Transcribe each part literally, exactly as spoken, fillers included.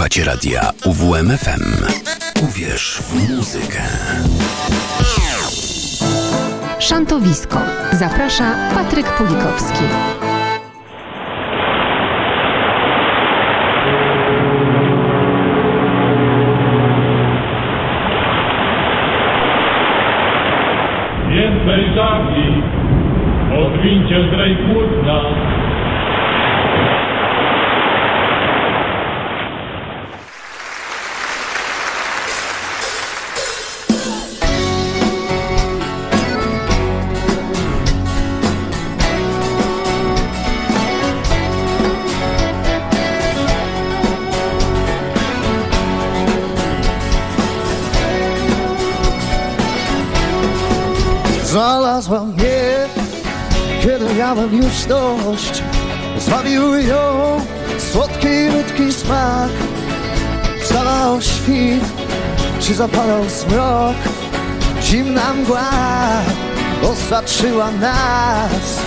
Słuchacie radia U W M F M. Uwierz w muzykę. Szantowisko. Zaprasza Patryk Pulikowski. Więcej żagli, odwincie zdrej płótna. Znalazła mnie, kiedy miałem już dość. Zbawił ją słodki, nutki smak. Wstawał świt, czy zapadał zmrok. Zimna mgła osaczyła nas.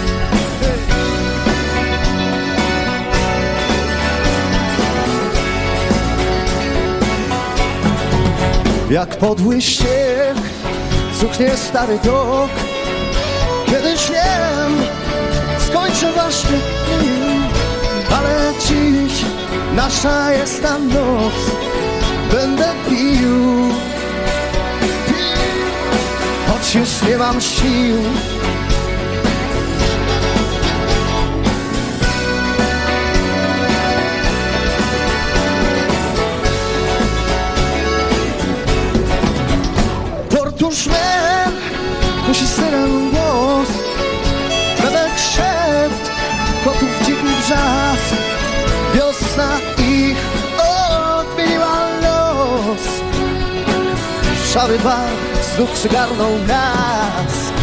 Jak podły ścieг cuchnie stary dok. Kiedyś wiem, skończę właśnie nim, ale dziś nasza jest ta noc. Będę pił, pił, choć już nie mam sił. Portuszmer, musi syren głos, bebek szept, kotów dziki wrzask. Wiosna ich odmieniła los. Szary bar znów przygarnął nas.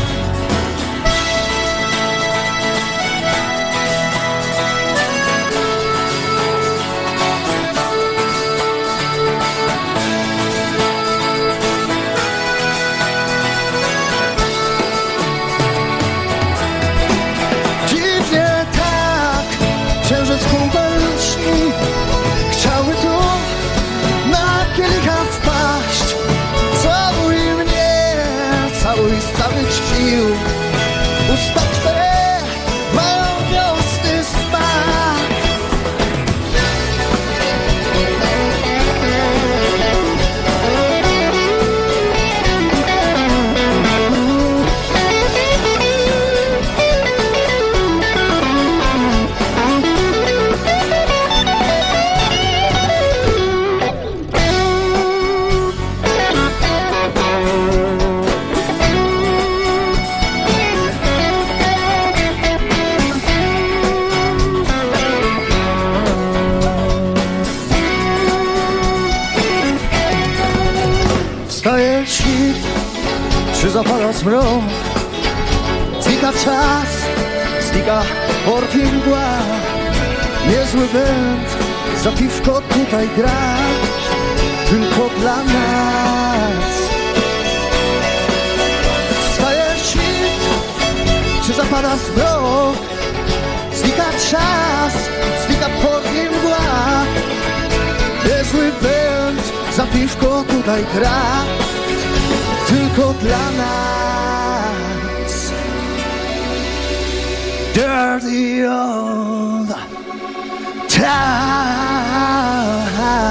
Księżyc kumpelski chciałby tu na kielicha wpaść. Całuj mnie, całuj z całych sił. Usta twe mają wiosny smak. Wstaje świt, czy zapada zmrok. Znika czas, znika port i mgła. Niezły węd, za piwko tutaj gra, tylko dla nas. Wstaje świt, czy zapada zmrok. Znika czas, znika port i mgła. Niezły węd, za piwko tutaj gra, tylko dla nas. Dirty old town.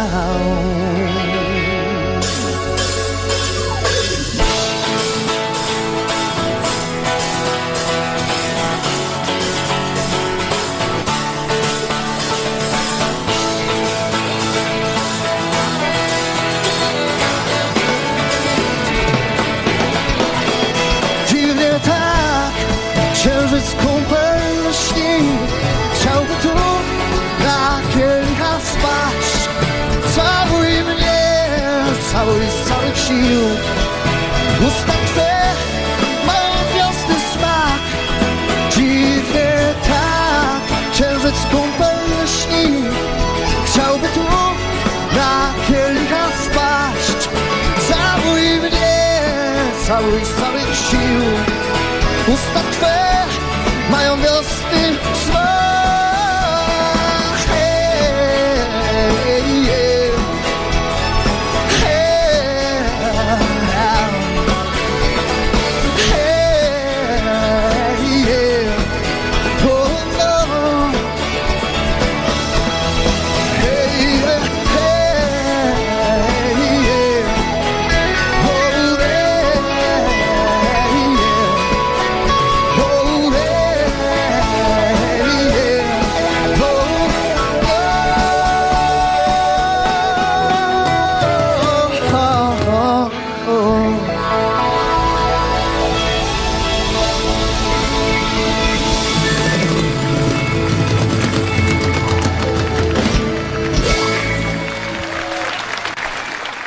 Księżyc kumpel śni, chciałby tu na kielicha wpaść. Całuj mnie, całuj z całych sił. Usta twe mają wiosny smak. Dziwnie tak, księżyc kumpel śni, chciałby tu na kielicha wpaść. Całuj mnie, całuj z całych sił. Usta twe mają wiosny smak. Hey, hey, hey.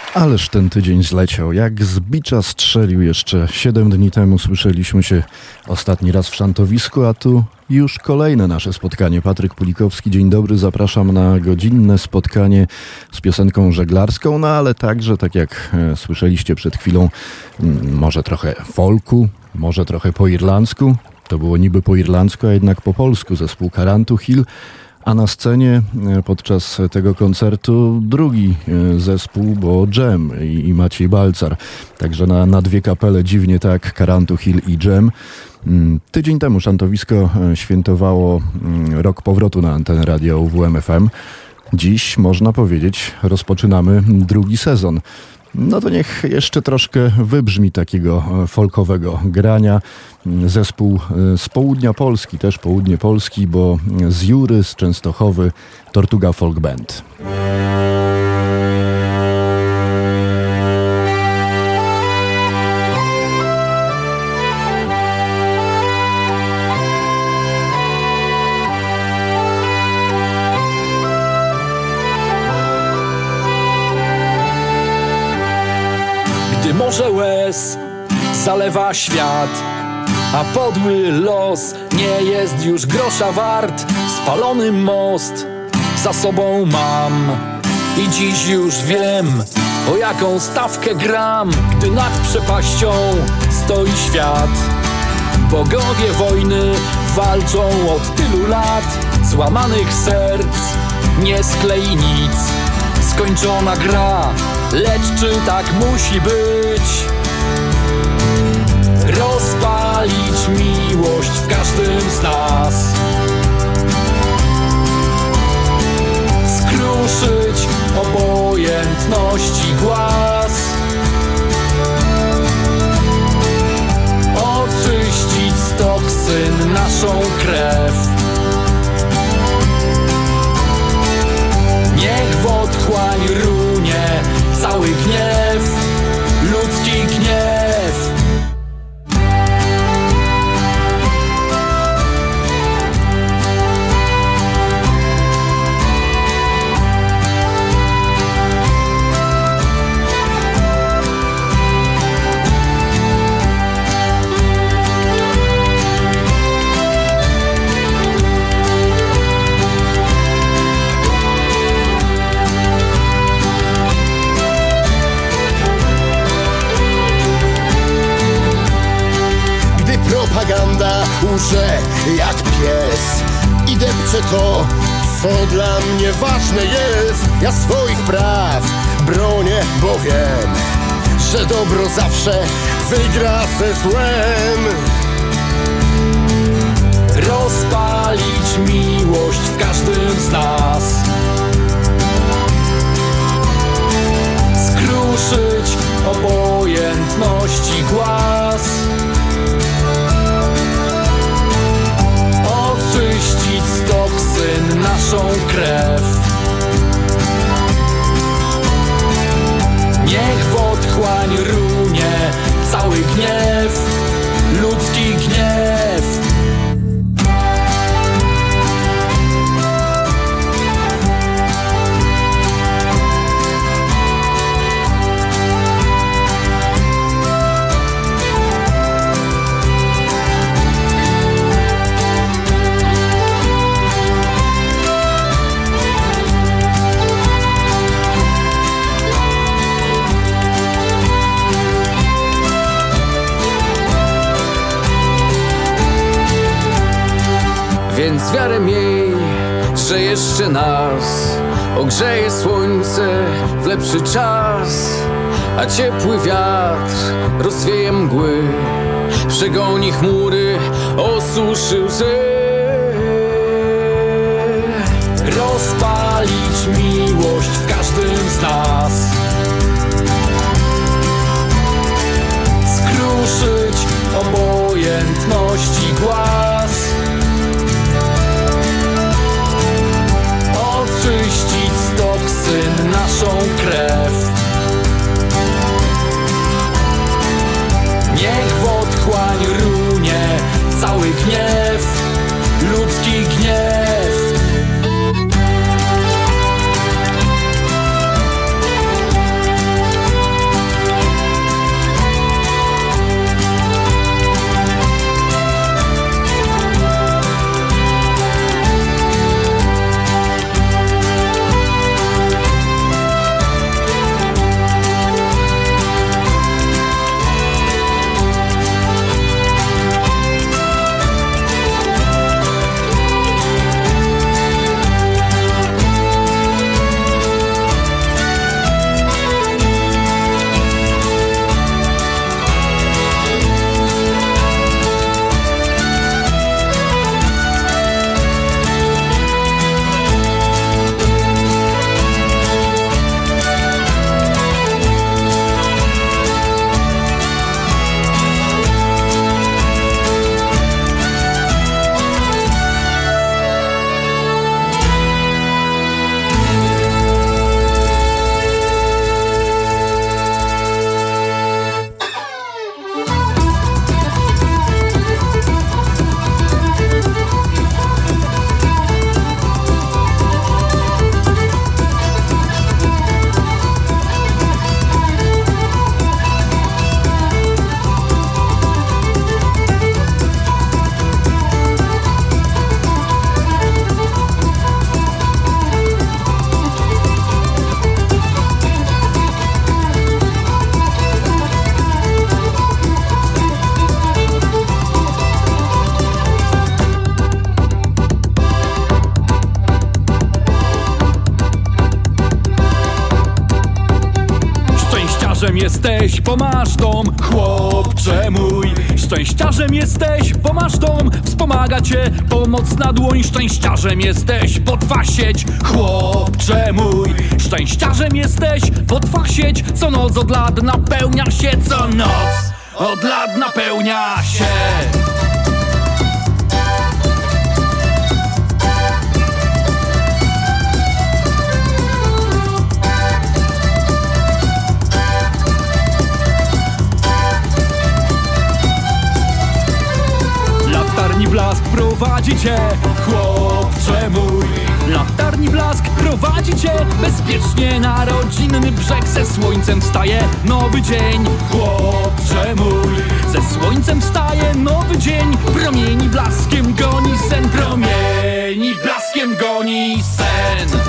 Ależ ten tydzień zleciał. Jak z bicza strzelił jeszcze siedem dni temu. Słyszeliśmy się ostatni raz w Szantowisku, a tu już kolejne nasze spotkanie. Patryk Pulikowski, dzień dobry. Zapraszam na godzinne spotkanie z piosenką żeglarską, no ale także, tak jak e, słyszeliście przed chwilą, m, może trochę folku, może trochę po irlandzku. To było niby po irlandzku, a jednak po polsku. Zespół Karantu Hill. A na scenie podczas tego koncertu drugi zespół, bo Dżem i, i Maciej Balcar. Także na, na dwie kapele dziwnie tak, Karantu Hill i Dżem. Tydzień temu Szantowisko świętowało rok powrotu na antenę radia U W M F M. Dziś, można powiedzieć, rozpoczynamy drugi sezon. No to niech jeszcze troszkę wybrzmi takiego folkowego grania. Zespół z południa Polski, też południe Polski, bo z Jury, z Częstochowy, Tortuga Folk Band. Morze łez zalewa świat, a podły los nie jest już grosza wart. Spalony most za sobą mam i dziś już wiem, o jaką stawkę gram. Gdy nad przepaścią stoi świat, bogowie wojny walczą od tylu lat. Złamanych serc nie sklei nic, skończona gra, lecz czy tak musi być? Rozpalić miłość w każdym z nas, skruszyć obojętności głaz, oczyścić z toksyn naszą krew. Niech w otchłań runie cały gniew, ludzki gniew. Propaganda urze jak pies i depcze to, co dla mnie ważne jest. Ja swoich praw bronię, bo wiem, że dobro zawsze wygra ze złem. Rozpalić miłość w każdym z nas, skruszyć obojętności głaz, oczyścić z toksyn naszą krew. Niech w otchłań runie cały gniew, ludzki gniew. Więc wiarę miej, że jeszcze nas ogrzeje słońce w lepszy czas, a ciepły wiatr rozwieje mgły, przegoni chmury, osuszy łzy. Rozpalić miłość w każdym z nas, skruszyć obojętności głaz, oczyścić z toksyn naszą krew. Niech w otchłań runie cały gniew, ludzki gniew. Szczęściarzem jesteś, bo masz dom, chłopcze mój. Szczęściarzem jesteś, bo masz dom, wspomaga cię pomoc na dłoń. Szczęściarzem jesteś, bo twa sieć, chłopcze mój. Szczęściarzem jesteś, bo twa sieć co noc od lat napełnia się, co noc od lat napełnia się. Latarni blask prowadzi cię, chłopcze mój. Latarni blask prowadzi cię bezpiecznie na rodzinny brzeg. Ze słońcem wstaje nowy dzień, chłopcze mój. Ze słońcem wstaje nowy dzień, promieni blaskiem goni sen. Promieni blaskiem goni sen.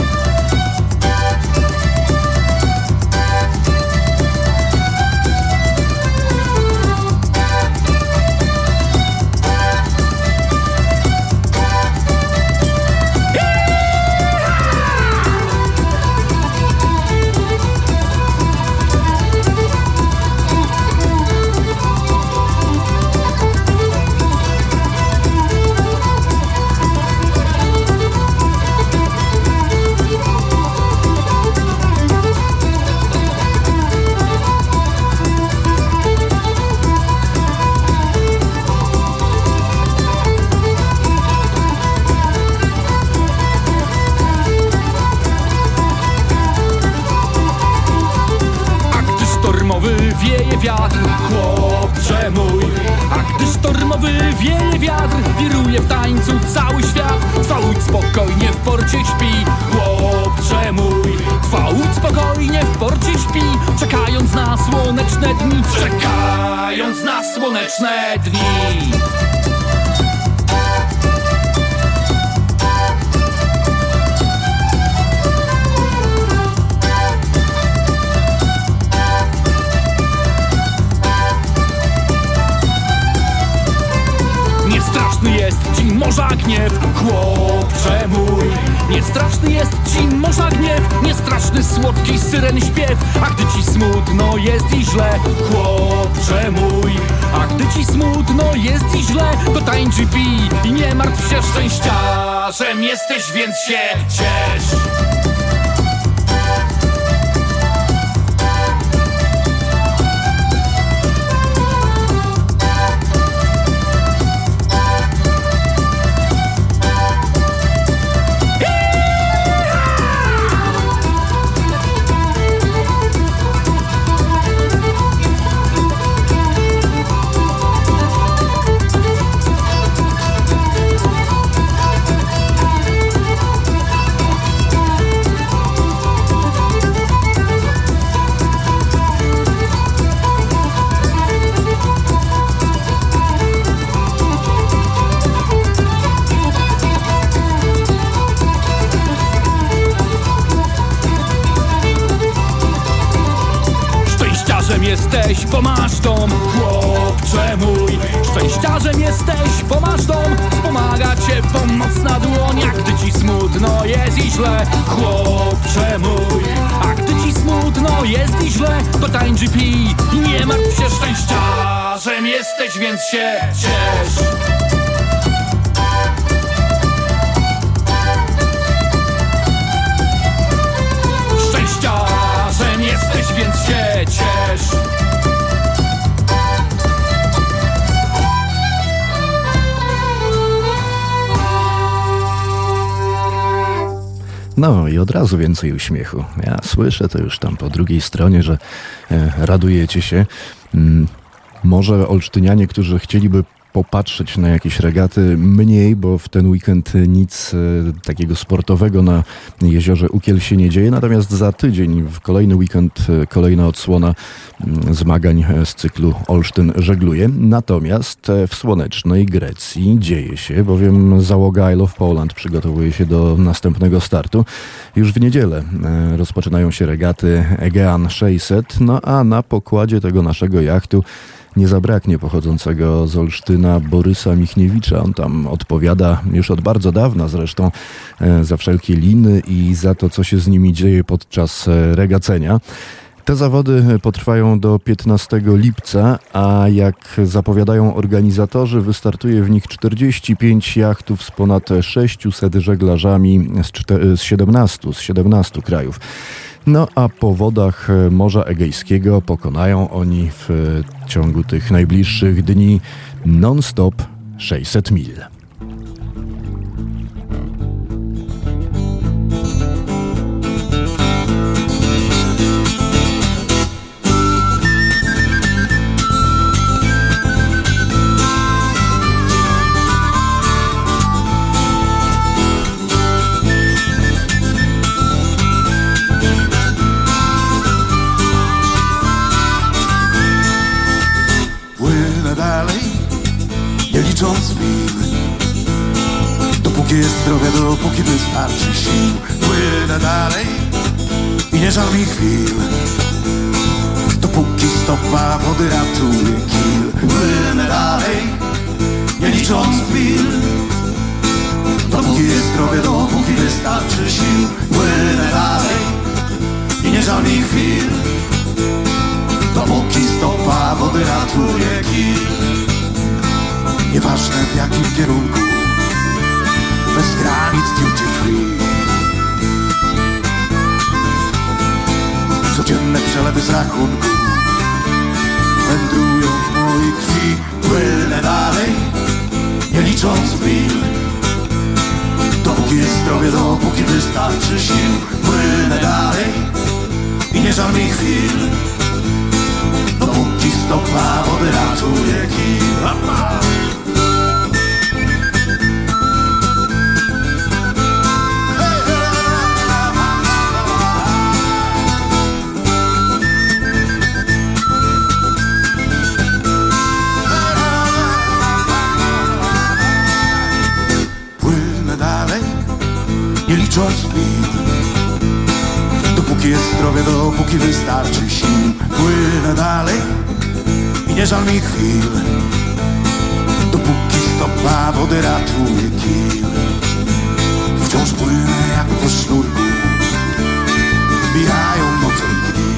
Wieje wiatr, chłopcze mój. A gdy sztormowy wieje wiatr, wiruje w tańcu cały świat. Twa łódź spokojnie w porcie śpi, chłopcze mój. Twa łódź spokojnie w porcie śpi, czekając na słoneczne dni. Czekając na słoneczne dni. Straszny jest ci morza gniew, chłopcze mój. Niestraszny jest ci morza gniew, niestraszny słodki syren śpiew. A gdy ci smutno jest i źle, chłopcze mój. A gdy ci smutno jest i źle, to tańcz i pij i nie martw się. Szczęściarzem jesteś, więc się ciesz. Jesteś, bo masz dom, chłopcze mój. Szczęściarzem jesteś, bo masz dom, wspomaga cię pomoc na dłoń. A gdy ci smutno jest i źle, chłopcze mój. A gdy ci smutno jest i źle, to tańcz i pij i nie martw się. Szczęściarzem jesteś, więc się ciesz. Szczęściarzem jesteś, więc się ciesz. No i od razu więcej uśmiechu. Ja słyszę to już tam po drugiej stronie, że e, radujecie się. Mm, może olsztynianie, którzy chcieliby popatrzeć na jakieś regaty mniej, bo w ten weekend nic e, takiego sportowego na jeziorze Ukiel się nie dzieje. Natomiast za tydzień, w kolejny weekend, e, kolejna odsłona m, zmagań z cyklu Olsztyn żegluje. Natomiast e, w słonecznej Grecji dzieje się, bowiem załoga I Love Poland przygotowuje się do następnego startu. Już w niedzielę e, rozpoczynają się regaty Aegean sześćset, no a na pokładzie tego naszego jachtu nie zabraknie pochodzącego z Olsztyna Borysa Michniewicza. On tam odpowiada już od bardzo dawna zresztą za wszelkie liny i za to, co się z nimi dzieje podczas regacenia. Te zawody potrwają do piętnastego lipca, a jak zapowiadają organizatorzy, wystartuje w nich czterdzieści pięć jachtów z ponad sześciuset żeglarzami z, czter- z, siedemnastu, z siedemnastu krajów. No a po wodach Morza Egejskiego pokonają oni w ciągu tych najbliższych dni non-stop sześćset mil. Nie licząc mil, dopóki jest zdrowie, dopóki wystarczy sił. Płynę dalej i nie żal mi chwil, dopóki stopa wody ratuje kil. Płynę dalej, nie licząc mil, dopóki jest zdrowie, dopóki wystarczy sił. Płynę dalej i nie żal mi chwil, dopóki stopa wody ratuje kil. Nieważne w jakim kierunku, bez granic duty free. Codzienne przelewy z rachunku wędrują w mojej krwi. Płynę dalej, nie licząc mil, dopóki jest zdrowie, dopóki wystarczy sił. Płynę dalej i nie żal mi chwil, dopóki stopa wody ratuje kil. Nie licząc mil, dopóki jest zdrowie, dopóki wystarczy sił. Płynę dalej i nie żal mi chwil, dopóki stopa wody ratuje kil. Wciąż płynę jak po sznurku, mijają noce i dni,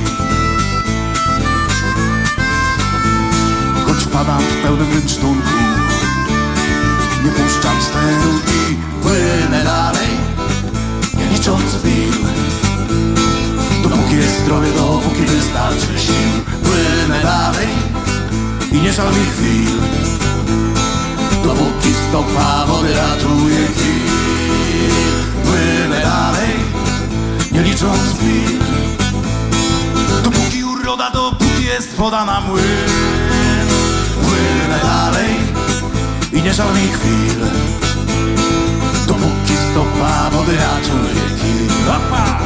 choć padam w pełnym rynsztunku, nie puszczam sterugi. Płynę dalej, nie licząc mil, dopóki jest zdrowie, dopóki wystarczy sił. Płynę dalej i nie żal mi chwil, dopóki stopa wody ratuje kil. Płynę dalej, nie licząc mil, dopóki uroda, dopóki jest woda na młyn. Płynę dalej i nie żal mi chwil, dopóki stopa wody ratuje kil. Opa!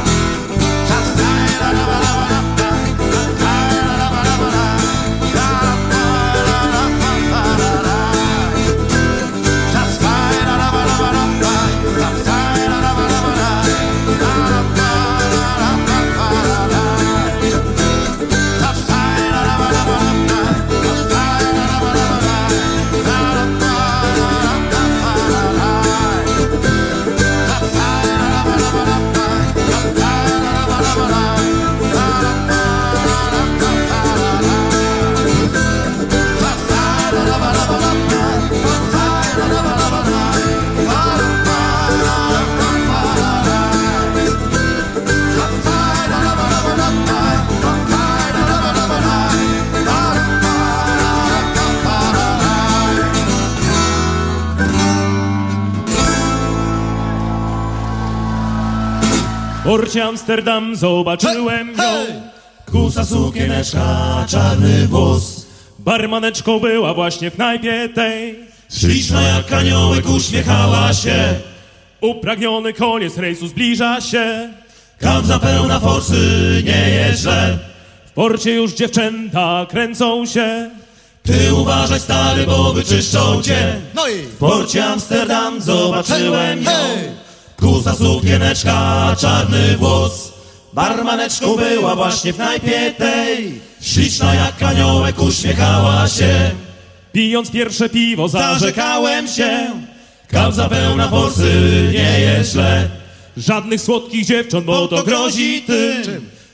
W porcie Amsterdam zobaczyłem ją, kusa sukieneczka, czarny włos. Barmaneczką była właśnie w knajpie tej, śliczna jak aniołek uśmiechała się. Upragniony koniec rejsu zbliża się, kabza pełna forsy, nie jest źle. W porcie już dziewczęta kręcą się, ty uważaj stary, bo wyczyszczą cię. W porcie Amsterdam zobaczyłem ją, kusa sukieneczka, czarny włos. Barmaneczką była właśnie w knajpie tej, śliczna jak aniołek uśmiechała się. Pijąc pierwsze piwo zarzekałem się, kabza pełna forsy, nie jest źle. Żadnych słodkich dziewcząt, bo to grozi tym,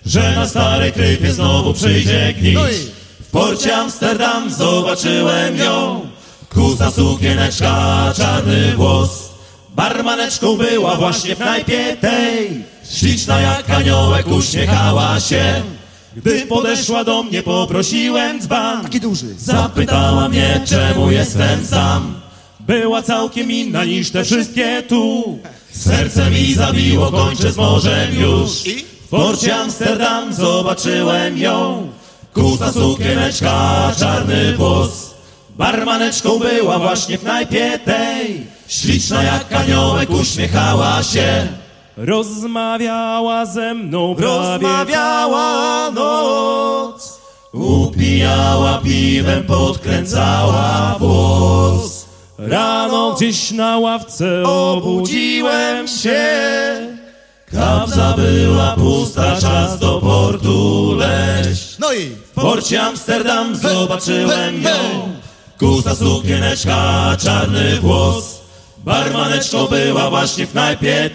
że na starej krypie znowu przyjdzie gnić. W porcie Amsterdam zobaczyłem ją, kusa sukieneczka, czarny włos. Barmaneczką była właśnie w knajpie tej, śliczna jak aniołek, uśmiechała się. Gdy podeszła do mnie, poprosiłem dzban. Taki duży. Zapytała mnie, czemu jestem sam. Była całkiem inna niż te wszystkie tu. Serce mi zabiło, kończę z morzem już. W porcie Amsterdam zobaczyłem ją, kusa sukieneczka, czarny włos. Barmaneczką była właśnie w knajpie tej, śliczna jak aniołek, uśmiechała się. Rozmawiała ze mną prawie cała noc, upijała piwem, podkręcała włos. Rano gdzieś na ławce obudziłem się, kabza była pusta, czas do portu leść. No i w porcie Amsterdam zobaczyłem ją, kusa sukieneczka, czarny włos. Barmaneczką była właśnie w knajpie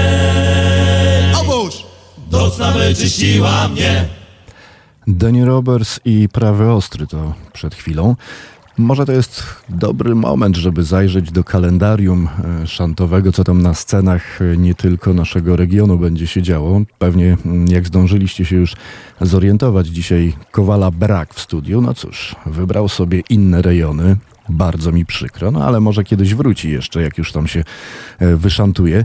tej. Obóz! Do cna wyczyściła mnie. Danny Roberts i Prawy Ostry to przed chwilą. Może to jest dobry moment, żeby zajrzeć do kalendarium szantowego, co tam na scenach nie tylko naszego regionu będzie się działo. Pewnie jak zdążyliście się już zorientować, dzisiaj Kowala brak w studiu. No cóż, wybrał sobie inne rejony. Bardzo mi przykro, no ale może kiedyś wróci jeszcze, jak już tam się wyszantuje.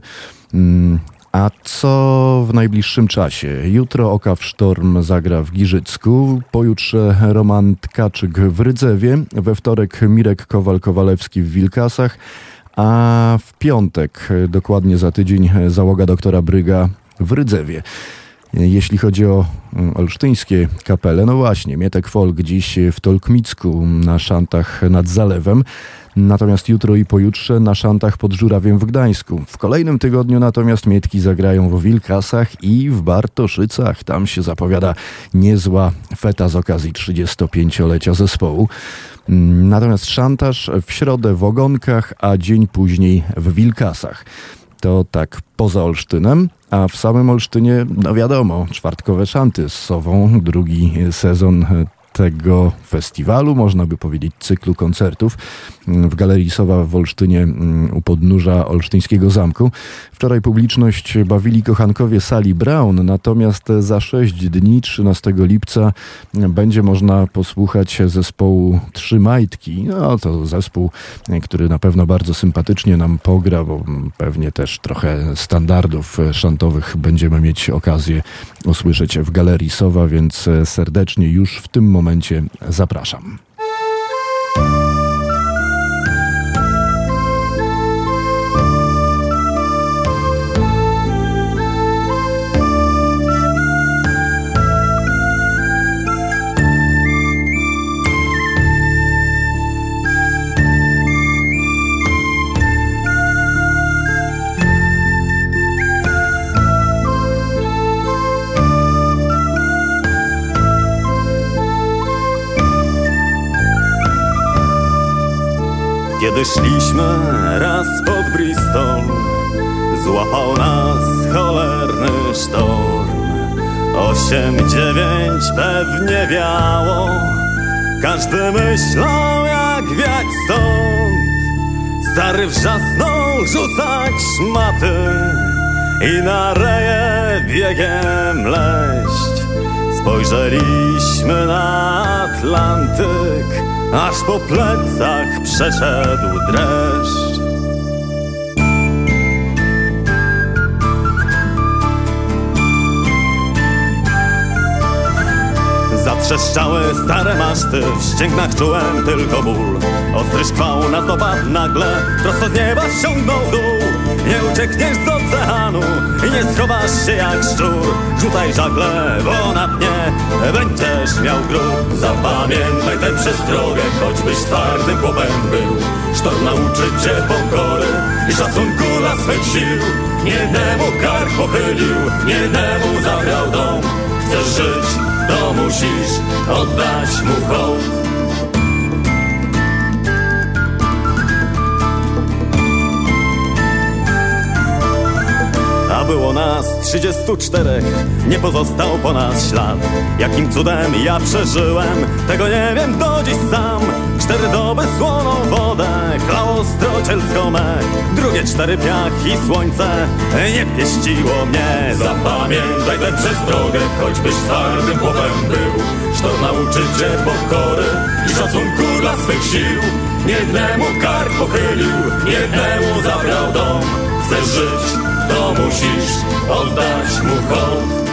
A co w najbliższym czasie? Jutro Okaw Sztorm zagra w Giżycku, pojutrze Roman Tkaczyk w Rydzewie, we wtorek Mirek Kowal-Kowalewski w Wilkasach, a w piątek, dokładnie za tydzień, załoga doktora Bryga w Rydzewie. Jeśli chodzi o olsztyńskie kapele, no właśnie, Mietek Folk dziś w Tolkmicku na szantach nad Zalewem, natomiast jutro i pojutrze na szantach pod Żurawiem w Gdańsku. W kolejnym tygodniu natomiast Mietki zagrają w Wilkasach i w Bartoszycach. Tam się zapowiada niezła feta z okazji trzydziestopięciolecia zespołu. Natomiast szantaż w środę w Ogonkach, a dzień później w Wilkasach. To tak poza Olsztynem, a w samym Olsztynie, no wiadomo, czwartkowe szanty z Sową, drugi sezon tego festiwalu, można by powiedzieć cyklu koncertów w Galerii Sowa w Olsztynie u podnóża Olsztyńskiego Zamku. Wczoraj publiczność bawili kochankowie Sali Brown, natomiast za sześć dni, trzynastego lipca, będzie można posłuchać zespołu Trzy Majtki. No to zespół, który na pewno bardzo sympatycznie nam pogra, bo pewnie też trochę standardów szantowych będziemy mieć okazję usłyszeć w Galerii Sowa, więc serdecznie już w tym momencie zapraszam. Kiedy szliśmy raz pod Bristol, złapał nas cholerny sztorm. Osiem, dziewięć pewnie wiało, każdy myślał jak wiać stąd. Stary wrzasnął rzucać szmaty i na reje biegiem leść. Spojrzeliśmy na Atlantyk, aż po plecach przeszedł dreszcz. Zatrzeszczały stare maszty, w ścięgnach czułem tylko ból. Ostry szkwał nas dopadł nagle, prosto z nieba ściągnął w dół. Nie uciekniesz z oceanu i nie schowasz się jak szczur. Rzucaj żagle, bo na dnie będziesz miał grób. Zapamiętaj tę przestrogę, choćbyś twardym chłopem był. Sztorm nauczy cię pokory i szacunku dla swych sił. Niedemu kark pochylił, niedemu zabrał dom. Chcesz żyć, to musisz oddać mu hołd. A było nas trzydziestu czterech, nie pozostał po nas ślad. Jakim cudem ja przeżyłem, tego nie wiem do dziś sam. Cztery doby słoną wodę, chlało strocielsko me. Drugie cztery piach i słońce nie pieściło mnie. Zapamiętaj tę przestrogę, choćbyś twardym chłopem był. Sztor nauczy cię pokory i szacunku dla swych sił. Jednemu kark pochylił, jednemu zabrał dom. Chcesz żyć, to musisz oddać mu hołd.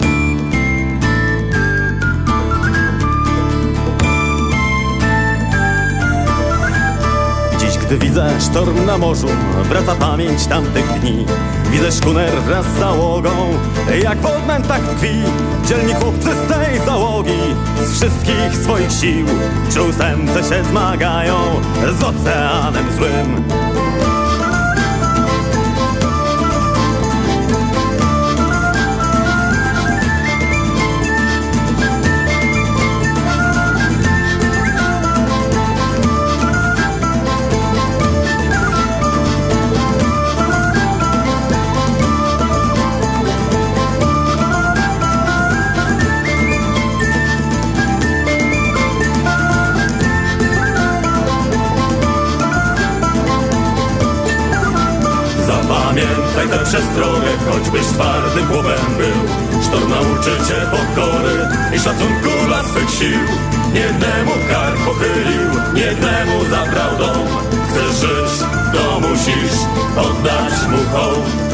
Gdy widzę sztorm na morzu, wraca pamięć tamtych dni. Widzę szkuner wraz z załogą, jak w odmętach tkwi. Dzielni chłopcy z tej załogi, z wszystkich swoich sił przy ósemce się zmagają z oceanem złym. Pamiętaj tę przestrogę, choćbyś twardym chłopem był. Sztorm nauczy cię pokory i szacunku dla swych sił. Jednemu kark pochylił, jednemu zabrał dom. Chcesz żyć, to musisz oddać mu hołd.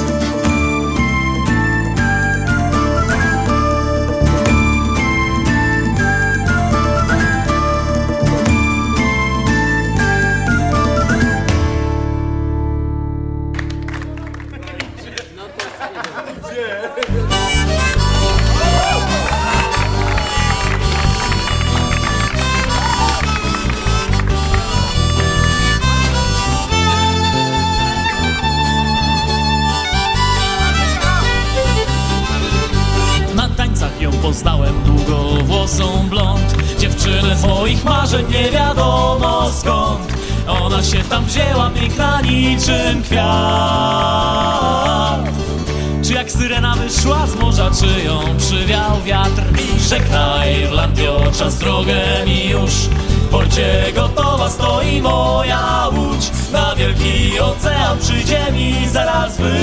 Poznałem długowłosą blond, dziewczynę z moich marzeń nie wiadomo skąd. Ona się tam wzięła piękna niczym kwiat. Czy jak syrena wyszła z morza, czy ją przywiał wiatr? Żegnaj Irlandio, czas drogę mi już. W porcie gotowa stoi moja łódź. Na wielki ocean przyjdzie mi zaraz wyjść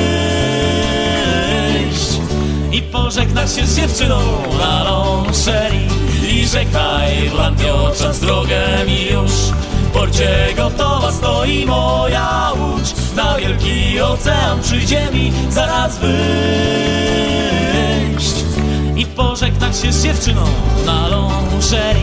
i pożegnać się z dziewczyną na Longsherry. I żegnaj Irlandio, czas drogę mi już. W porcie gotowa stoi moja łódź. Na wielki ocean przyjdzie mi zaraz wyjść i pożegnać się z dziewczyną na Longsherry.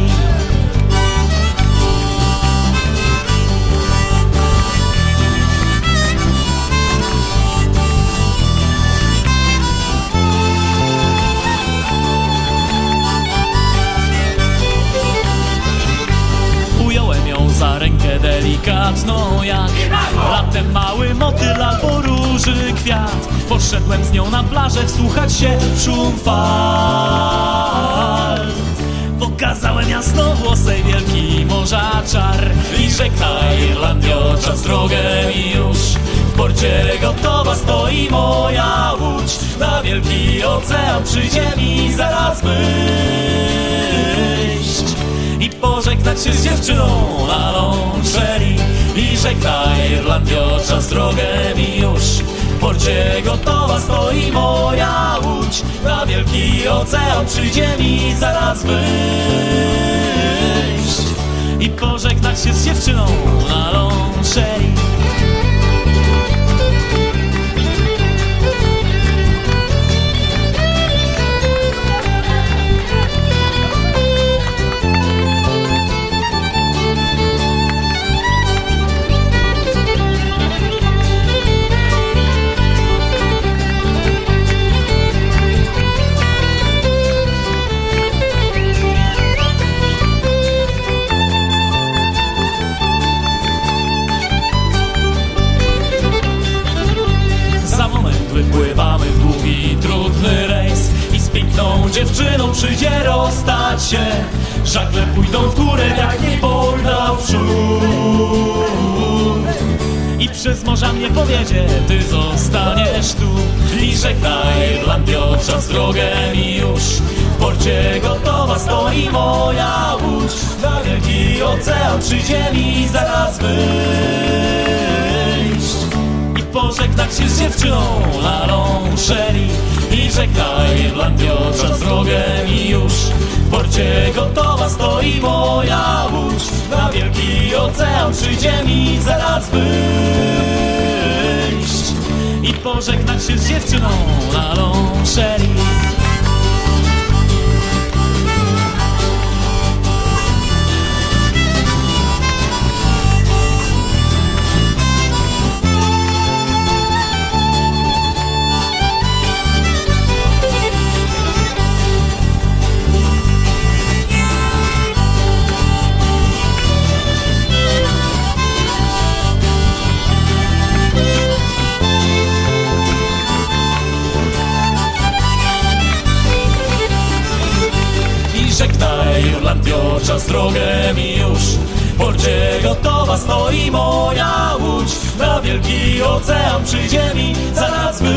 Za rękę delikatną jak latem mały motyl albo róży kwiat. Poszedłem z nią na plażę wsłuchać się w szum fal. Pokazałem jasnowłosej wielki morza czar. I żegnaj Irlandio, czas drogę mi już. W porcie gotowa stoi moja łódź. Na wielki ocean przyjdzie mi zaraz wyjść i pożegnać się z dziewczyną na Longsherry. I żegnaj Irlandio, czas drogę mi już. W porcie gotowa stoi moja łódź. Na wielki ocean przyjdzie mi zaraz wyjść i pożegnać się z dziewczyną na Longsherry. Wypływamy w długi, trudny rejs i z piękną dziewczyną przyjdzie rozstać się. Żagle pójdą w górę, jak nie polna w przód i przez morza mnie powiedzie, ty zostaniesz tu. I żegnaj Irlandio, czas drogę mi już, w porcie gotowa stoi moja łódź. Na wielki ocean przyjdzie mi zaraz wyjść i pożegnać się z dziewczyną Lalą Sherry. I żegnaj Irlandio, czas drogę mi już, w porcie gotowa stoi moja łódź. Na wielki ocean przyjdzie mi zaraz wyjść i pożegnać się z dziewczyną Lalą Sherry. Żegnaj Irlandio, czas drogę mi już, w porcie gotowa stoi moja łódź. Na wielki ocean przyjdzie mi zaraz wyjść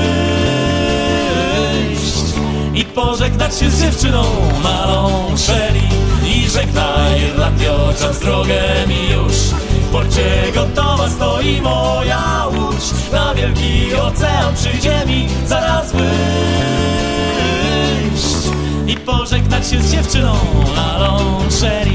i pożegnać się z dziewczyną Lalą Sherry. I żegnaj Irlandio, czas drogę mi już, w porcie gotowa stoi moja łódź. Na wielki ocean przyjdzie mi zaraz wyjść i pożegnać się z dziewczyną Lalą Sherry.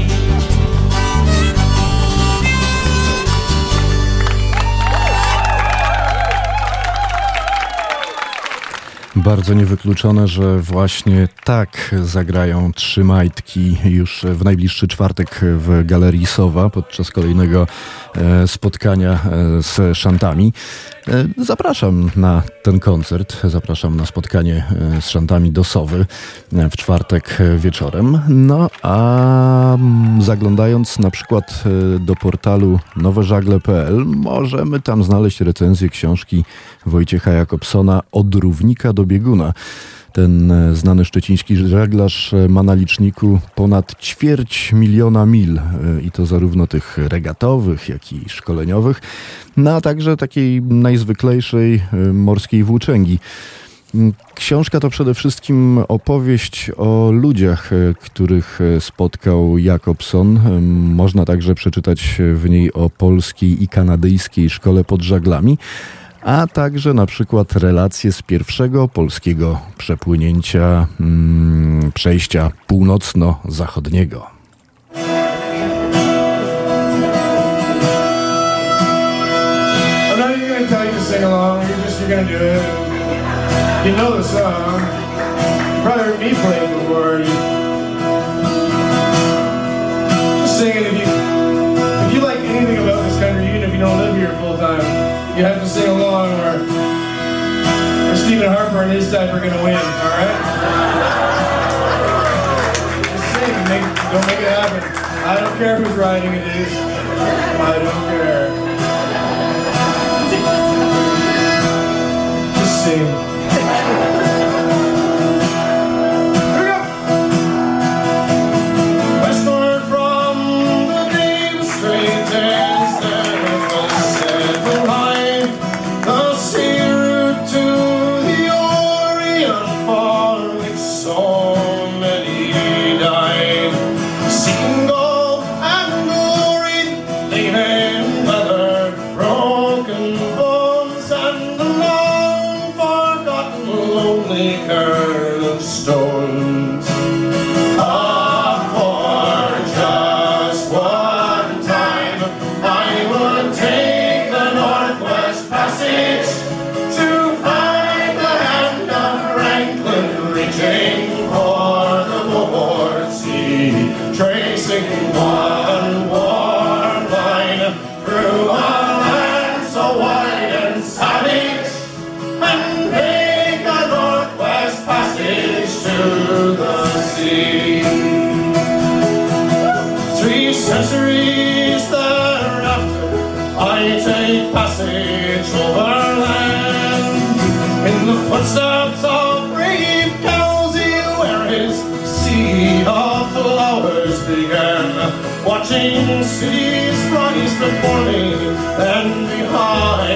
Bardzo niewykluczone, że właśnie tak zagrają Trzy Majtki już w najbliższy czwartek w Galerii Sowa podczas kolejnego spotkania z szantami. Zapraszam na ten koncert, zapraszam na spotkanie z szantami do Sowy w czwartek wieczorem. No a zaglądając na przykład do portalu nowe żagle kropka p l możemy tam znaleźć recenzję książki Wojciecha Jakobsona Od równika do bieguna. Ten znany szczeciński żeglarz ma na liczniku ponad ćwierć miliona mil i to zarówno tych regatowych, jak i szkoleniowych, no a także takiej najzwyklejszej morskiej włóczęgi. Książka to przede wszystkim opowieść o ludziach, których spotkał Jakobson. Można także przeczytać w niej o polskiej i kanadyjskiej szkole pod żaglami, a także na przykład relacje z pierwszego polskiego przepłynięcia, mm, przejścia północno-zachodniego. I'm not even gonna tell you to sing along, you're just, you're gonna do it. You know the song. You probably heard me play it before. You just sing it if you, if you like anything about this country, even if you don't live here full time. You have to sing along or, or Stephen Harper and his type are going to win, all right? Just sing, make, don't make it happen. I don't care whose writing it is. I don't care. Just sing. Westward from the deep straight the sea route to the Orient for which so many died, seeking gold and glory, leaving weather, broken bones, and the long forgotten lonely cairn of stones. Ah, for just one time I would take the Northwest Passage to find the hand of Franklin reaching for the Board Sea, tracing one warm line through a land so wide and savage, and make a Northwest Passage to the sea. Three centuries thereafter I take passage overland in the footsteps of brave Kelsey, where his sea of flowers began, watching cities rise before me, and behind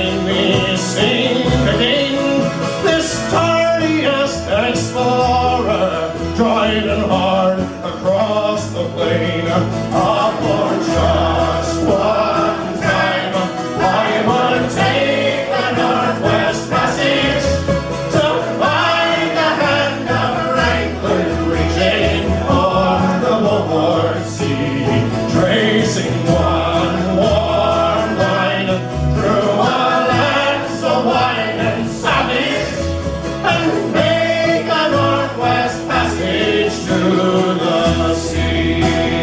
riding hard across the plain. Ah, for just one time I would take the Northwest Passage to find the hand of Franklin reaching for the Beaufort Sea, tracing one warm line through a land so wide and savage, and make a Northwest Passage to the sea.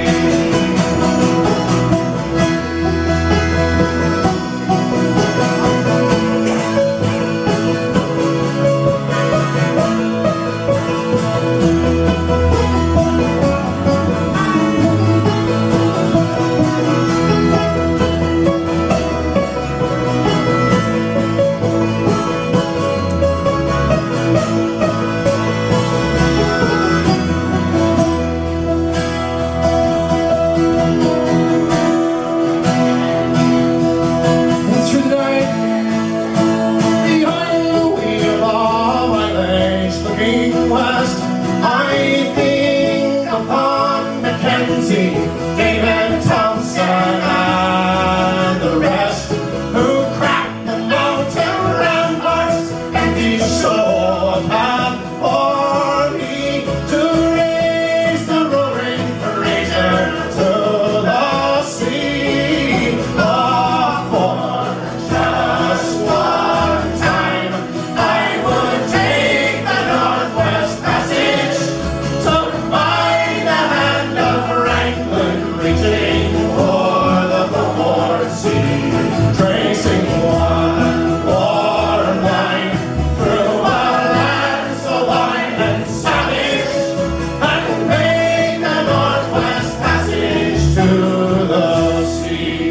Through the night, behind the wheel of my legs, looking west, I think upon Mackenzie, David Thompson, and the rest, who cracked the mountain ramparts and these shore path for me to raise the roaring Fraser to the sea. Ah, for just one time I would take the Northwest Passage to find the hand of Franklin reaching for the Beaufort Sea, tracing one warm line through a land so wide and savage, and make the Northwest Passage to the sea.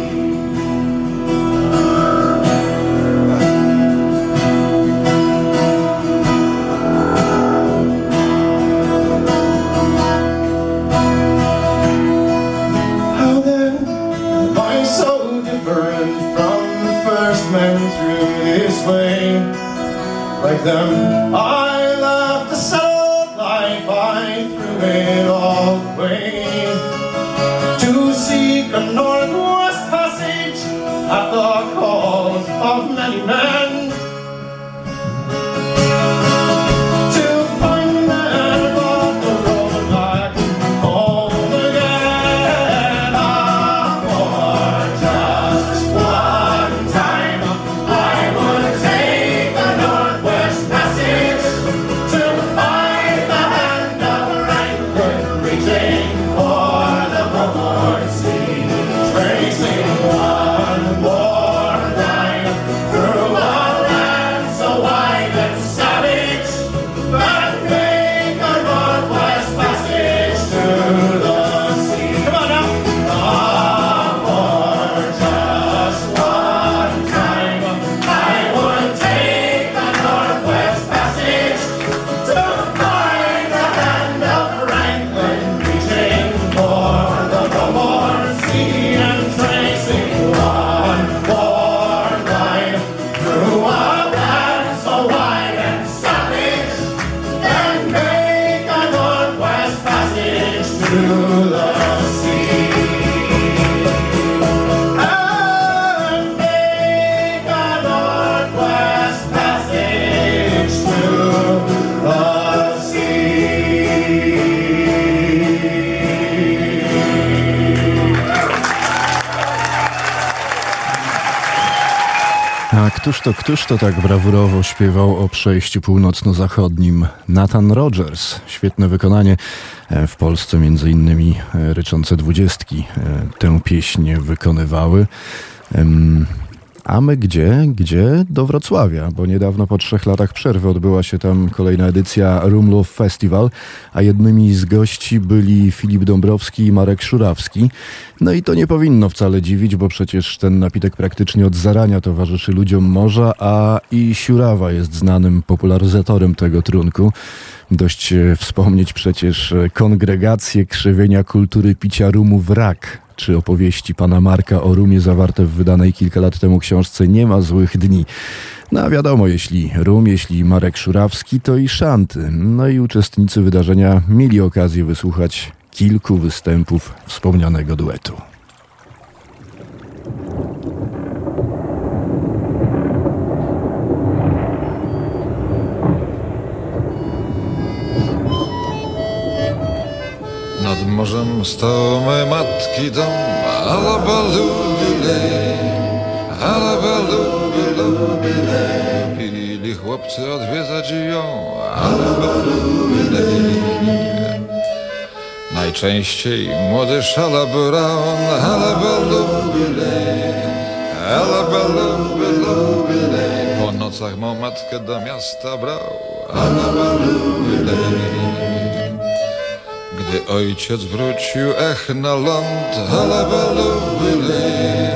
How then am I so different from the first men through this way? Like them, I left a settled life, I threw it all away to seek a Northwest Passage at the call of many men. To find men on the road back home again. Ah, for just one time I would take the Northwest Passage to find the hand of Franklin reaching for the Beaufort Sea, tracing one warm line through a land so wide and savage, and make a Northwest Passage to the sea. Come on now. Ah, for just one time I would take the Northwest Passage to find the hand of Franklin reaching for the Beaufort Sea, and tracing one warm line through a land so wide and savage, and make a Northwest Passage to the sea. And make a Northwest Passage to the sea. A któż to, któż to tak brawurowo śpiewał o przejściu północno-zachodnim? Nathan Rogers. Świetne wykonanie. E, W Polsce między innymi e, ryczące dwudziestki e, tę pieśń wykonywały. Em, A my gdzie? Gdzie? Do Wrocławia, bo niedawno po trzech latach przerwy odbyła się tam kolejna edycja Rumlove Festival, a jednymi z gości byli Filip Dąbrowski i Marek Szurawski. No i to nie powinno wcale dziwić, bo przecież ten napitek praktycznie od zarania towarzyszy ludziom morza, a i Siurawa jest znanym popularyzatorem tego trunku. Dość wspomnieć przecież Kongregację krzywienia kultury picia rumu Wrak, czy opowieści pana Marka o rumie zawarte w wydanej kilka lat temu książce Nie ma złych dni. No a wiadomo, jeśli rum, jeśli Marek Szurawski, to i szanty. No i uczestnicy wydarzenia mieli okazję wysłuchać kilku występów wspomnianego duetu. Nad morzem stał mej matki dom, alabalubile, alabalubile, pili chłopcy odwiedzać ją, alabalubile. Najczęściej młody szalabraun, alabalubile, alabalubile, po nocach mą matkę do miasta brał, alabalubile. Gdy ojciec wrócił, ech na ląd, alabalubile,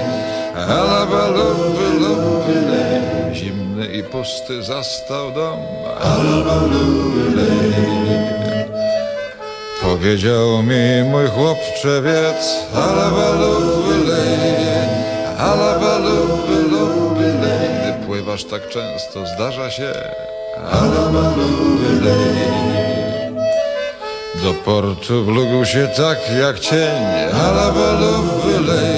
alabalubile, zimny i pusty zastał dom, alabalubile. Powiedział mi mój chłopcze wiedz, alabalubile, alabalubile, gdy pływasz tak często zdarza się, alabalubile. Do portu wlógł się tak jak cień, alabalubile,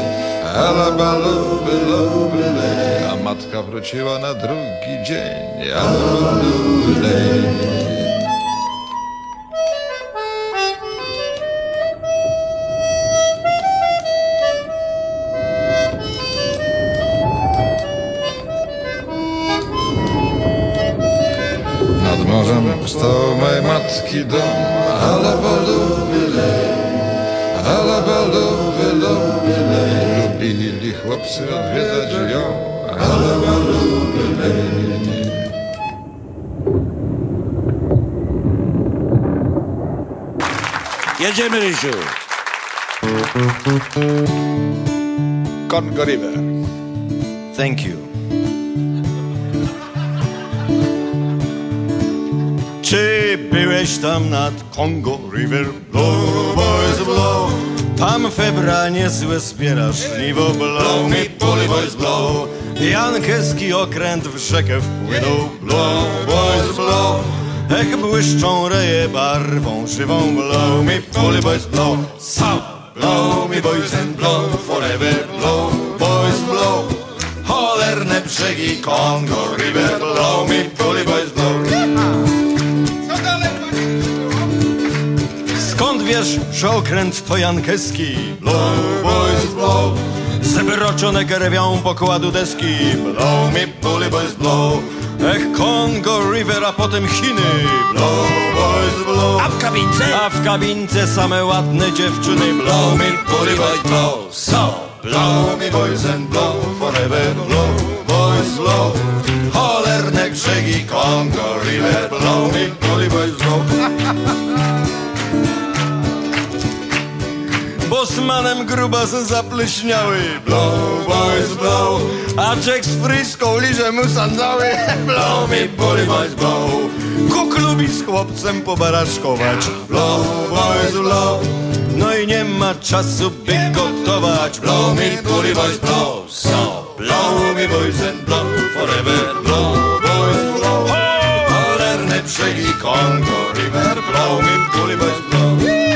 alabalubile, a matka wróciła na drugi dzień, alabalubile. Nad morzem stał mej matki dom, alabalubile, alabalubile, lubili chłopcy odwiedzać ją, alabalubile. Jedziemy, Rysiu. Congo River. Thank you. Czy byłeś tam nad Congo River? Blow, boys, blow. Tam febra niezłe zbiera żniwo. Blow mi puli, boys, blow. Jankeski okręt w rzekę wpłynął. Blow, boys, blow. Ech, błyszczą reje barwą żywą. Blow mi puli, boys, blow. So, blow me boys and blow forever. Blow, boys, blow. Cholerne brzegi Congo River. Blow me puli, boys, blow. Skąd wiesz, że okręt to jankeski? Blow, boys, blow. Zebroczone gerwią pokładu deski. Blow me puli, boys, blow. Ech, Congo River, a potem Chiny. Blow, boys, blow. A w kabince? A w kabince same ładne dziewczyny. Blow me puli, boys, blow. So, blow me boys and blow forever. Blow, boys, blow. Cholerne brzegi Congo River. Blow me puli, boys, blow. Bosmanem grubas zapleśniały. Blow, boys, blow. A Jack z Friską liże mu sandały. Blow me puli, boys, blow. Kuk lubi z chłopcem pobaraszkować. Blow, boys, blow. No i nie ma czasu, by gotować. Blow me puli, boys, blow. So, blow me boys and blow forever. Blow, boys, blow. Cholerne brzegi Congo River. Blow me puli, boys, blow.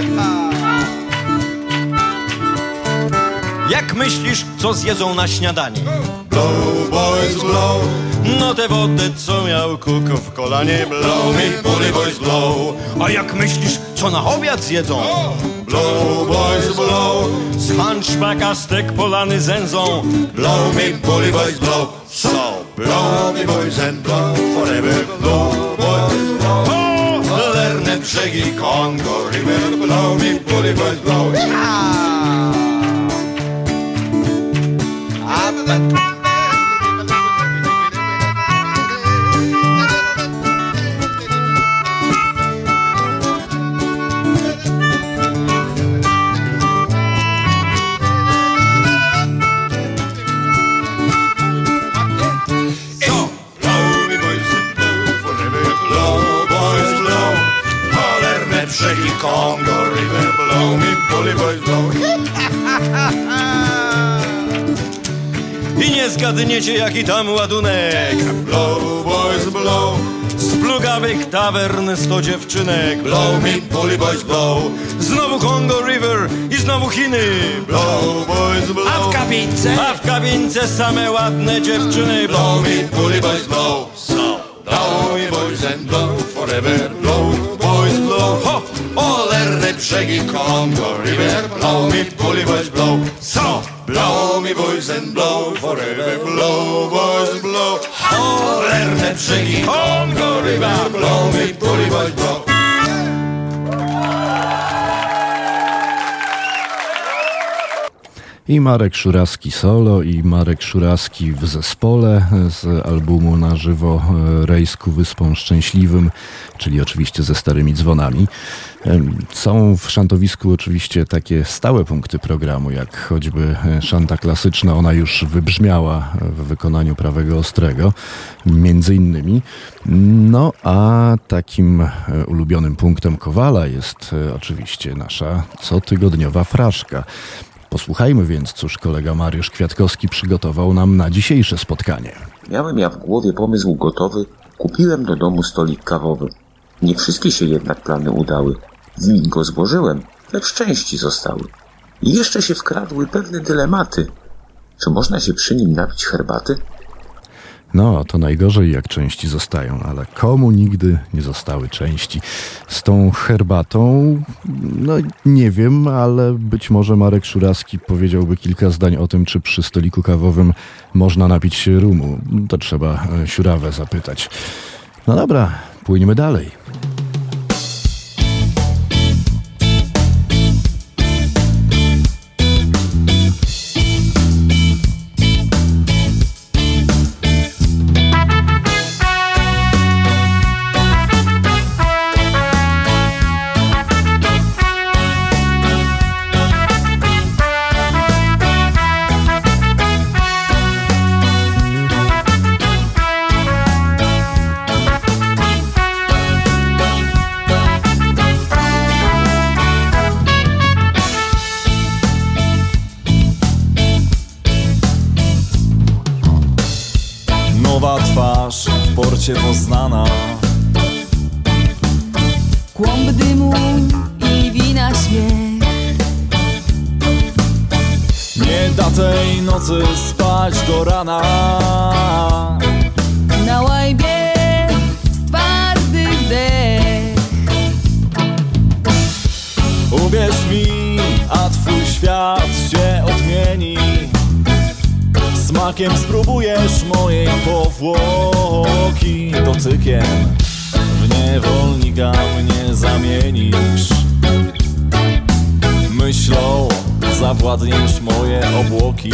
Jak myślisz, co zjedzą na śniadanie? Blow, boys, blow. No tę wodę, co miał kuk w kolanie. Blow me puli, boys, blow. A jak myślisz, co na obiad zjedzą? Blow, boys, blow. Z hunchbacka stek polany zędzą. Blow me puli, boys, blow. So, blow me boys and blow forever. Blow, boys, blow. Cholerne brzegi Congo River. Blow me puli, boys, blow. Brzegi Congo River, blow me puli, boys, blow. I nie zgadniecie jaki tam ładunek. Blow, boys, blow. Z plugawych tawern sto dziewczynek. Blow me, bully boys, blow. Znowu Congo River i znowu Chiny. Blow, boys, blow. A w kabince? A w kabince same ładne dziewczyny. Blow me, bully boys, blow. So, blow me, boys and blow. Forever blow, boys blow. Ho! Olerne brzegi Congo River. Blow me, bully boys, blow. So, blow me, boys and blow. Forever blow, boys blow. Olerne brzegi Congo River. Blow me, bully boys, blow. I Marek Szuraski solo, i Marek Szuraski w zespole z albumu na żywo Rejs ku Wyspom Szczęśliwym, czyli oczywiście ze Starymi Dzwonami. Są w Szantowisku oczywiście takie stałe punkty programu, jak choćby szanta klasyczna, ona już wybrzmiała w wykonaniu Prawego Ostrego, między innymi. No a takim ulubionym punktem Kowala jest oczywiście nasza cotygodniowa fraszka. Posłuchajmy więc, cóż kolega Mariusz Kwiatkowski przygotował nam na dzisiejsze spotkanie. Miałem ja w głowie pomysł gotowy, kupiłem do domu stolik kawowy. Nie wszystkie się jednak plany udały. W mig go złożyłem, lecz części zostały. I jeszcze się wkradły pewne dylematy. Czy można się przy nim napić herbaty? No, to najgorzej jak części zostają, ale komu nigdy nie zostały części? Z tą herbatą, no nie wiem, ale być może Marek Szuraski powiedziałby kilka zdań o tym, czy przy stoliku kawowym można napić się rumu. To trzeba Siurawę zapytać. No dobra, płyńmy dalej. W porcie poznana, kłąb dymu i wina śmiech. Nie da tej nocy spać do rana. Na łajbie z twardych dech. Uwierz mi, a twój świat się odmieni. Smakiem spróbujesz mojej powłoki. Dotykiem w niewolnika mnie zamienisz. Myślą zawładniesz moje obłoki.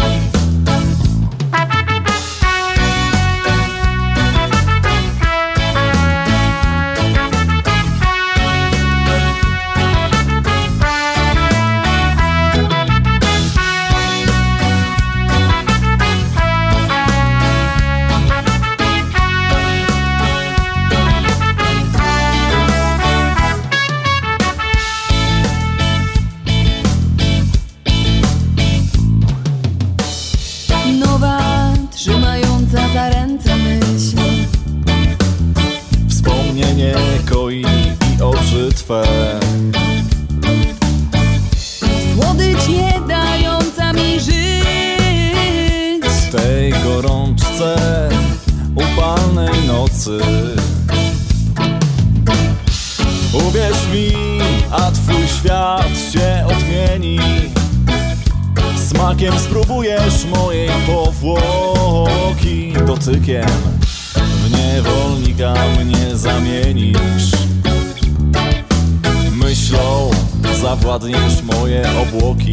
Twe. Słodycz nie dająca mi żyć w tej gorączce upalnej nocy. Uwierz mi, a twój świat się odmieni. Smakiem spróbujesz mojej powłoki. Dotykiem w niewolnika mnie zamienisz. Myślą zawładniesz moje obłoki.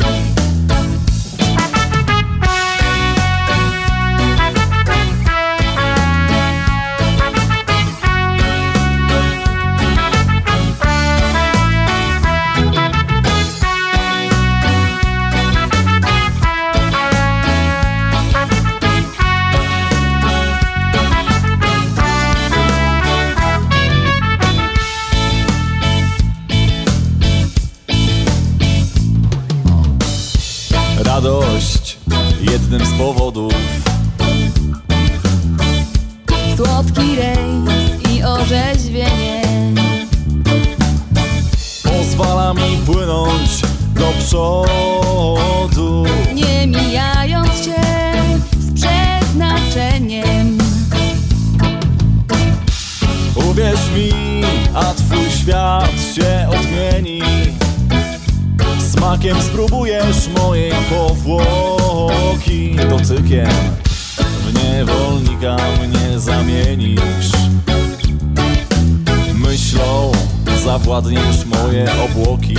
Radość jednym z powodów, słodki rejs i orzeźwienie. Pozwala mi płynąć do przodu, nie mijając się z przeznaczeniem. Uwierz mi, a twój świat się odmieni. Smakiem spróbujesz mojej powłoki. Dotykiem w niewolnika mnie zamienisz. Myślą zawładniesz moje obłoki.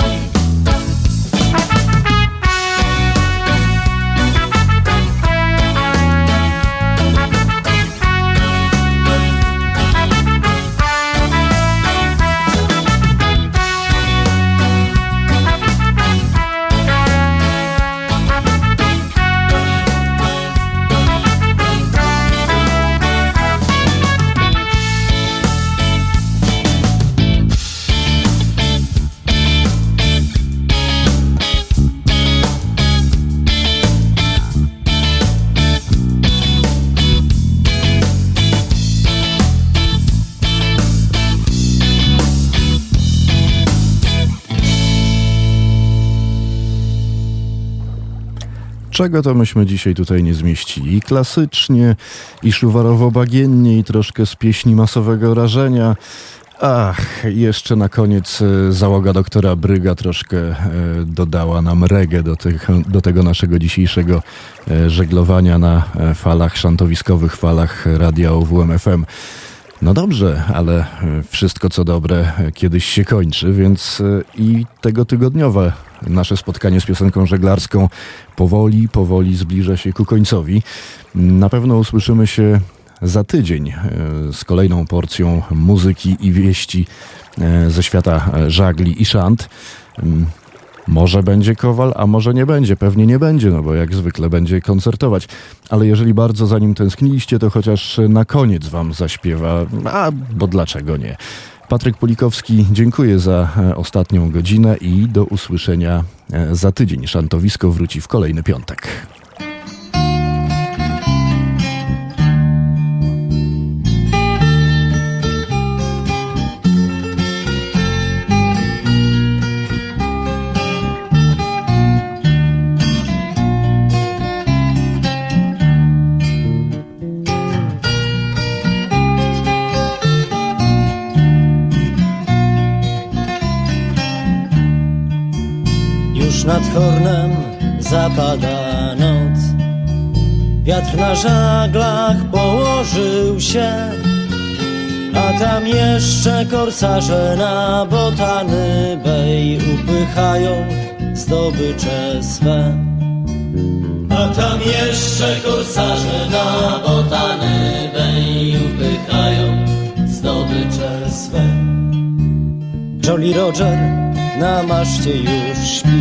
Czego to myśmy dzisiaj tutaj nie zmieścili? I klasycznie, i szuwarowo-bagiennie, i troszkę z pieśni masowego rażenia. Ach, jeszcze na koniec załoga doktora Bryga troszkę e, dodała nam reggae do, tych, do tego naszego dzisiejszego e, żeglowania na falach szantowiskowych, falach radia O W M F M. No dobrze, ale wszystko co dobre kiedyś się kończy, więc i tego tygodniowe nasze spotkanie z piosenką żeglarską powoli, powoli zbliża się ku końcowi. Na pewno usłyszymy się za tydzień z kolejną porcją muzyki i wieści ze świata żagli i szant. Może będzie Kowal, a może nie będzie. Pewnie nie będzie, no bo jak zwykle będzie koncertować. Ale jeżeli bardzo za nim tęskniliście, to chociaż na koniec wam zaśpiewa. A, bo dlaczego nie? Patryk Pulikowski, dziękuję za ostatnią godzinę i do usłyszenia za tydzień. Szantowisko wróci w kolejny piątek. Nad Hornem zapada noc, wiatr na żaglach położył się, a tam jeszcze korsarze na Botany Bay upychają zdobycze swe. A tam jeszcze korsarze na Botany Bay upychają zdobycze swe. Jolly Roger na maszcie już śpi,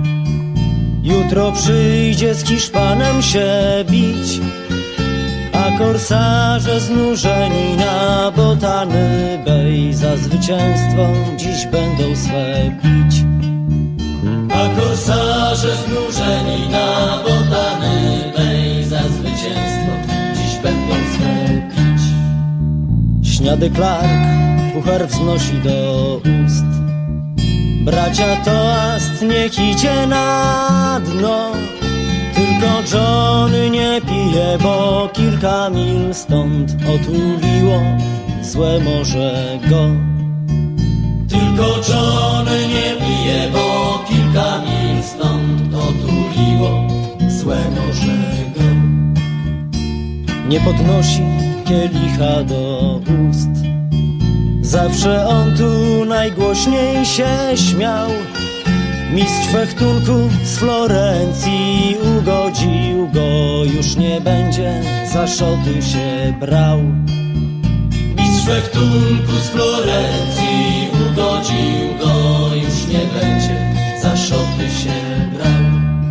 jutro przyjdzie z Hiszpanem się bić, a korsarze znużeni na Botany Bay za zwycięstwo dziś będą swe pić. A korsarze znużeni na Botany Bay za zwycięstwo dziś będą swe pić. Śniady Clark puchar wznosi do ust, bracia toast niech idzie na dno, tylko Johnny nie pije, bo kilka mil stąd otuliło złe morze go. Tylko Johnny nie pije, bo kilka mil stąd otuliło złe morze go. Nie podnosi kielicha do ust, zawsze on tu najgłośniej się śmiał. Mistrz fechtunku z Florencji ugodził go, już nie będzie za szoty się brał. Mistrz fechtunku z Florencji ugodził go, już nie będzie za szoty się brał.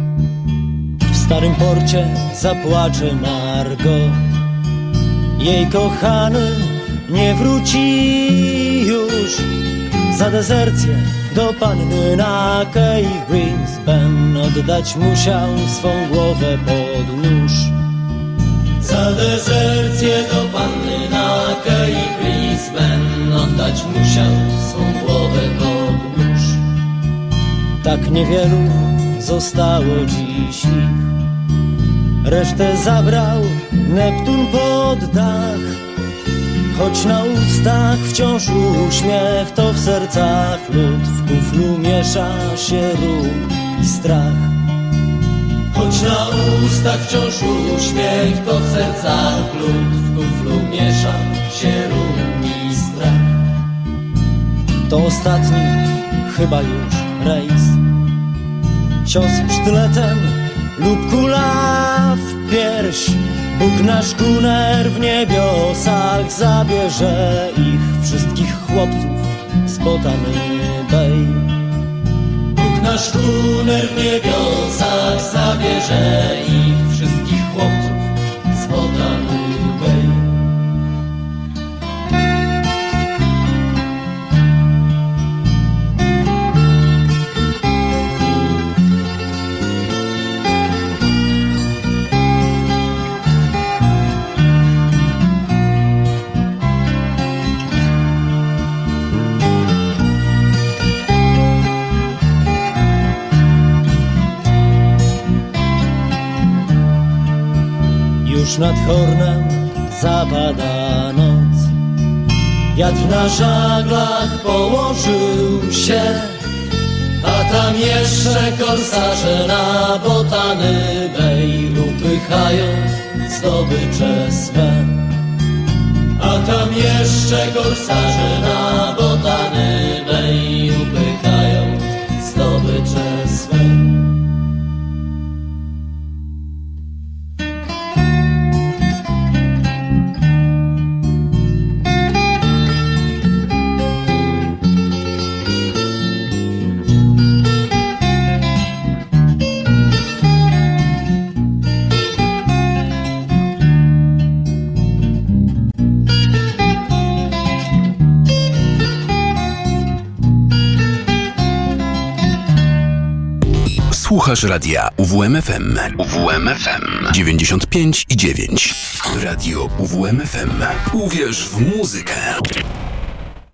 W starym porcie zapłacze Margot, jej kochany nie wróci już. Za dezercję do panny na Cave Greenspan oddać musiał swą głowę pod nóż. Za dezercję do panny na Kei Brisbane oddać musiał swą głowę pod nóż. Tak niewielu zostało dziś ich. Resztę zabrał Neptun pod dach. Choć na ustach wciąż uśmiech, to w sercach lód. W kuflu miesza się ruch i strach. Choć na ustach wciąż uśmiech, to w sercach lód. W kuflu miesza się ruch i strach. To ostatni chyba już rejs. Cios sztyletem lub kula w pierś. Bóg na szkuner w niebiosach zabierze ich wszystkich chłopców z Botany Bay. Bóg na szkuner w niebiosach zabierze ich wszystkich chłopców z Botany Bay. Już nad Hornem zapada noc. Wiatr na żaglach położył się, a tam jeszcze korsarze na Botany Bay upychają zdobycze swe. A tam jeszcze korsarze na Botany Bay upychają zdobycze swe. Słuchasz radia U W M F M. U W M F M dziewięćdziesiąt pięć i dziewięć. Radio U W M F M. Uwierz w muzykę.